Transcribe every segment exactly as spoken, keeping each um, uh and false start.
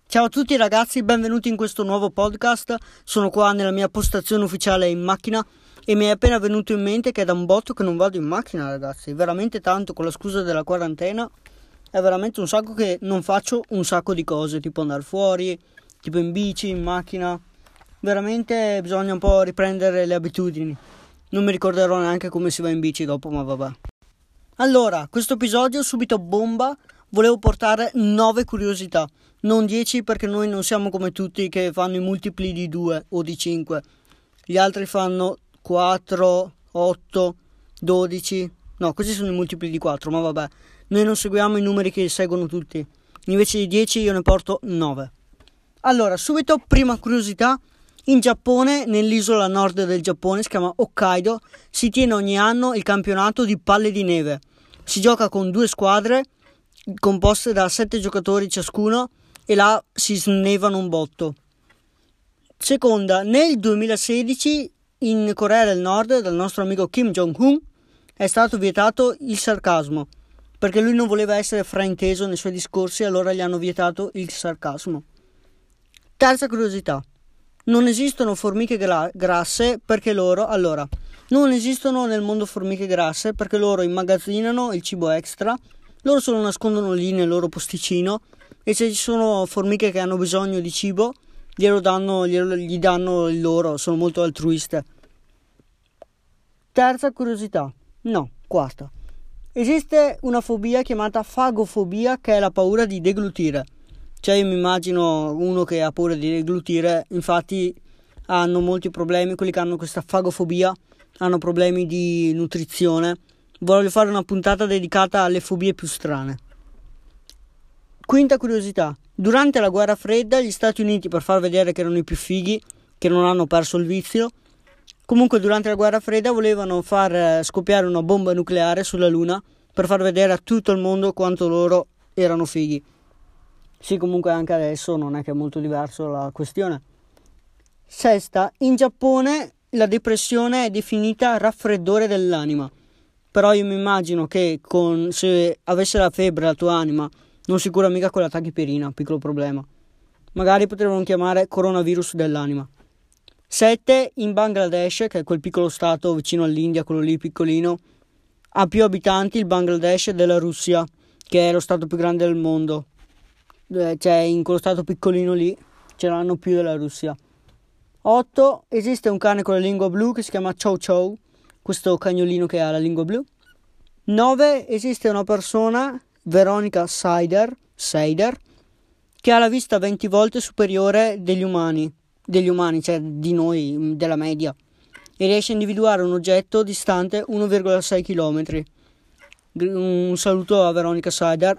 Ciao a tutti ragazzi, benvenuti in questo nuovo podcast. Sono qua nella mia postazione ufficiale in macchina e mi è appena venuto in mente che è da un botto che non vado in macchina, ragazzi. Veramente tanto, con la scusa della quarantena. È veramente un sacco che non faccio un sacco di cose, tipo andare fuori, tipo in bici, in macchina. Veramente bisogna un po' riprendere le abitudini. Non mi ricorderò neanche come si va in bici dopo, ma vabbè. Allora, questo episodio subito bomba. Volevo portare nove curiosità, non dieci, perché noi non siamo come tutti che fanno i multipli di due o di cinque. Gli altri fanno quattro, otto, dodici. No, questi sono i multipli di quattro, ma vabbè. Noi non seguiamo i numeri che seguono tutti. Invece di dieci io ne porto nove. Allora, subito, prima curiosità. In Giappone, nell'isola nord del Giappone, si chiama Hokkaido, si tiene ogni anno il campionato di palle di neve. Si gioca con due squadre composte da sette giocatori ciascuno e là si snevano un botto. Seconda, nel duemilasedici in Corea del Nord, dal nostro amico Kim Jong-un, è stato vietato il sarcasmo, perché lui non voleva essere frainteso nei suoi discorsi, allora gli hanno vietato il sarcasmo. Terza curiosità, non esistono formiche gra- grasse perché loro, allora, non esistono nel mondo formiche grasse perché loro immagazzinano il cibo extra. Loro se lo nascondono lì nel loro posticino e se ci sono formiche che hanno bisogno di cibo glielo danno, glielo, gli danno il loro, sono molto altruiste. Terza curiosità, no, quarta. Esiste una fobia chiamata fagofobia, che è la paura di deglutire. Cioè io mi immagino uno che ha paura di deglutire, infatti hanno molti problemi, quelli che hanno questa fagofobia hanno problemi di nutrizione. Voglio fare una puntata dedicata alle fobie più strane. Quinta curiosità. Durante la guerra fredda gli Stati Uniti, per far vedere che erano i più fighi, che non hanno perso il vizio, comunque durante la guerra fredda volevano far scoppiare una bomba nucleare sulla Luna per far vedere a tutto il mondo quanto loro erano fighi. Sì, comunque anche adesso non è che è molto diverso la questione. Sesta. In Giappone la depressione è definita raffreddore dell'anima. Però io mi immagino che con, se avesse la febbre la tua anima non si cura mica con la tachipirina, piccolo problema. Magari potrebbero chiamare coronavirus dell'anima. sette. In Bangladesh, che è quel piccolo stato vicino all'India, quello lì piccolino, ha più abitanti il Bangladesh della Russia, che è lo stato più grande del mondo. Cioè in quello stato piccolino lì ce l'hanno più della Russia. otto. Esiste un cane con la lingua blu che si chiama Chow Chow, questo cagnolino che ha la lingua blu. nove. Esiste una persona, Veronica Seider, Seider, che ha la vista venti volte superiore degli umani, degli umani, cioè di noi, della media, e riesce a individuare un oggetto distante uno virgola sei chilometri. Un saluto a Veronica Seider,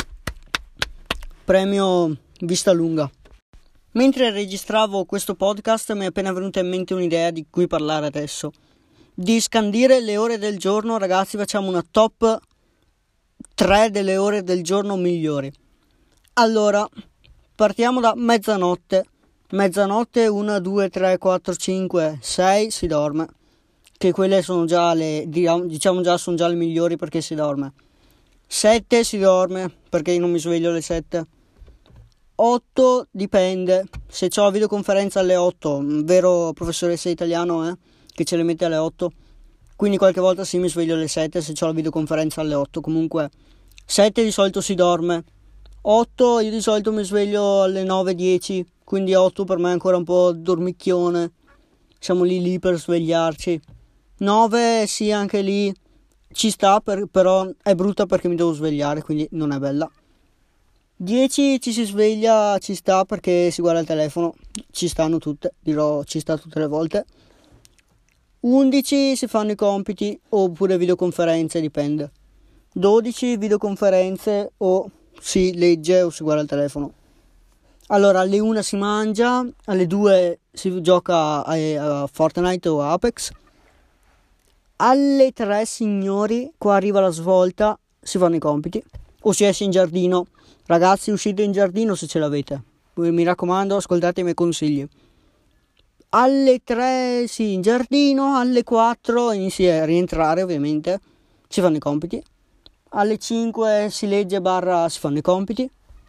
premio vista lunga. Mentre registravo questo podcast mi è appena venuta in mente un'idea di cui parlare adesso. Di scandire le ore del giorno, ragazzi, facciamo una top tre delle ore del giorno migliori. Allora, partiamo da mezzanotte. Mezzanotte, uno, due, tre, quattro, cinque, sei, si dorme. Che quelle sono già le, diciamo già sono già le migliori perché si dorme. sette si dorme, perché io non mi sveglio alle sette. otto dipende, se ho la videoconferenza alle otto, un vero professoressa italiano eh, che ce le mette alle otto, quindi qualche volta sì mi sveglio alle sette se ho la videoconferenza alle otto. Comunque sette di solito si dorme, otto io di solito mi sveglio alle nove dieci, quindi otto per me è ancora un po' dormicchione, siamo lì lì per svegliarci. Nove sì, anche lì ci sta, per, però è brutta perché mi devo svegliare, quindi non è bella. dieci ci si sveglia, ci sta perché si guarda il telefono, ci stanno tutte, dirò ci sta tutte le volte. undici si fanno i compiti oppure videoconferenze, dipende. dodici videoconferenze o si legge o si guarda il telefono. Allora alle una si mangia, alle due si gioca a, a Fortnite o a Apex. Alle tre, signori, qua arriva la svolta, si fanno i compiti o si esce in giardino. Ragazzi, uscite in giardino se ce l'avete, mi raccomando, ascoltate i miei consigli. Alle tre sì in giardino, alle quattro inizi a rientrare, ovviamente si fanno i compiti. Alle cinque si legge barra si fanno i compiti.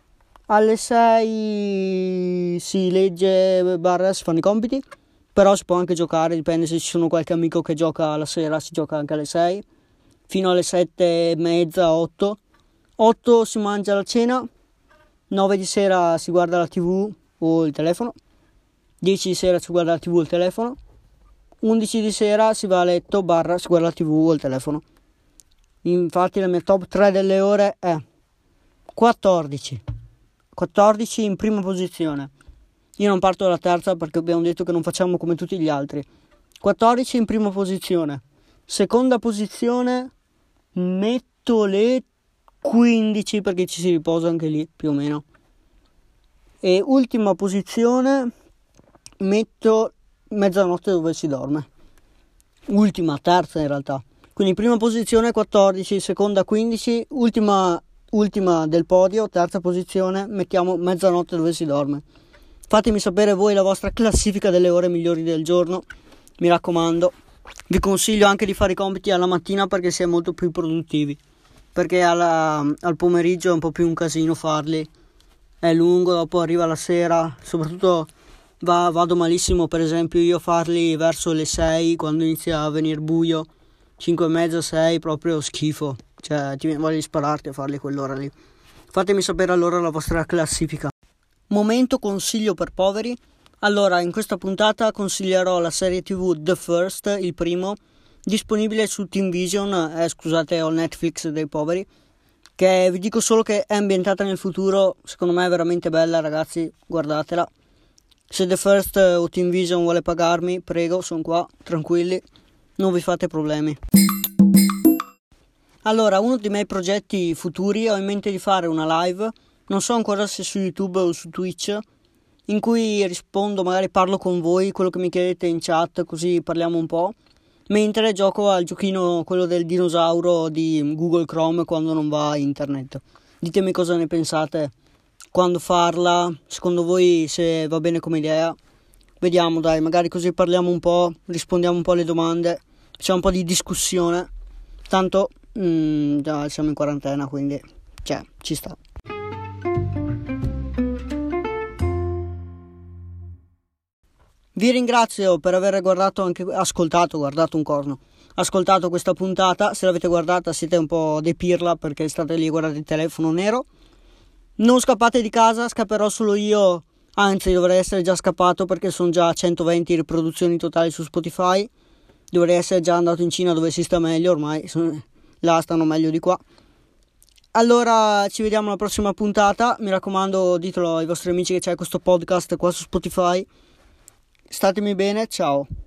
Alle sei si legge barra si fanno i compiti, però si può anche giocare, dipende se ci sono qualche amico che gioca la sera, si gioca anche alle sei, fino alle sette e mezza, otto. otto si mangia la cena, nove di sera si guarda la tv o il telefono, dieci di sera si guarda la tv o il telefono, undici di sera si va a letto barra si guarda la tv o il telefono. Infatti la mia top tre delle ore è quattordici. quattordici in prima posizione. Io non parto dalla terza perché abbiamo detto che non facciamo come tutti gli altri. quattordici in prima posizione. Seconda posizione metto le quindici perché ci si riposa anche lì più o meno. E ultima posizione metto mezzanotte dove si dorme. Ultima, terza in realtà. Quindi prima posizione quattordici, seconda quindici, ultima ultima del podio, terza posizione mettiamo mezzanotte dove si dorme. Fatemi sapere voi la vostra classifica delle ore migliori del giorno, mi raccomando. Vi consiglio anche di fare i compiti alla mattina perché si è molto più produttivi, perché alla, al pomeriggio è un po' più un casino farli, è lungo, dopo arriva la sera, soprattutto va, vado malissimo per esempio io a farli verso le sei quando inizia a venire buio, cinque e mezza, sei, proprio schifo. Cioè ti viene voglia di spararti a farli quell'ora lì. Fatemi sapere allora la vostra classifica. Momento consiglio per poveri. Allora, in questa puntata consiglierò la serie tv The First, il primo, disponibile su Team Vision, eh, scusate ho Netflix dei poveri, che vi dico solo che è ambientata nel futuro, secondo me è veramente bella ragazzi, guardatela. Se The First o Team Vision vuole pagarmi, prego, sono qua, tranquilli, non vi fate problemi. Allora, uno dei miei progetti futuri, ho in mente di fare una live, non so ancora se su YouTube o su Twitch, in cui rispondo, magari parlo con voi, quello che mi chiedete in chat, così parliamo un po', mentre gioco al giochino, quello del dinosauro di Google Chrome quando non va internet. Ditemi cosa ne pensate, quando farla, secondo voi se va bene come idea. Vediamo dai, magari così parliamo un po', rispondiamo un po' alle domande, c'è un po' di discussione, tanto... Mm, già siamo in quarantena, quindi cioè ci sta. Vi ringrazio per aver guardato anche ascoltato, guardato un corno. Ascoltato questa puntata, se l'avete guardata siete un po' dei pirla perché state lì a guardare il telefono nero. Non scappate di casa, scapperò solo io, anzi dovrei essere già scappato perché sono già a centoventi riproduzioni totali su Spotify. Dovrei essere già andato in Cina dove si sta meglio ormai. Là stanno meglio di qua. Allora ci vediamo alla prossima puntata. Mi raccomando, ditelo ai vostri amici che c'è questo podcast qua su Spotify. Statemi bene, ciao.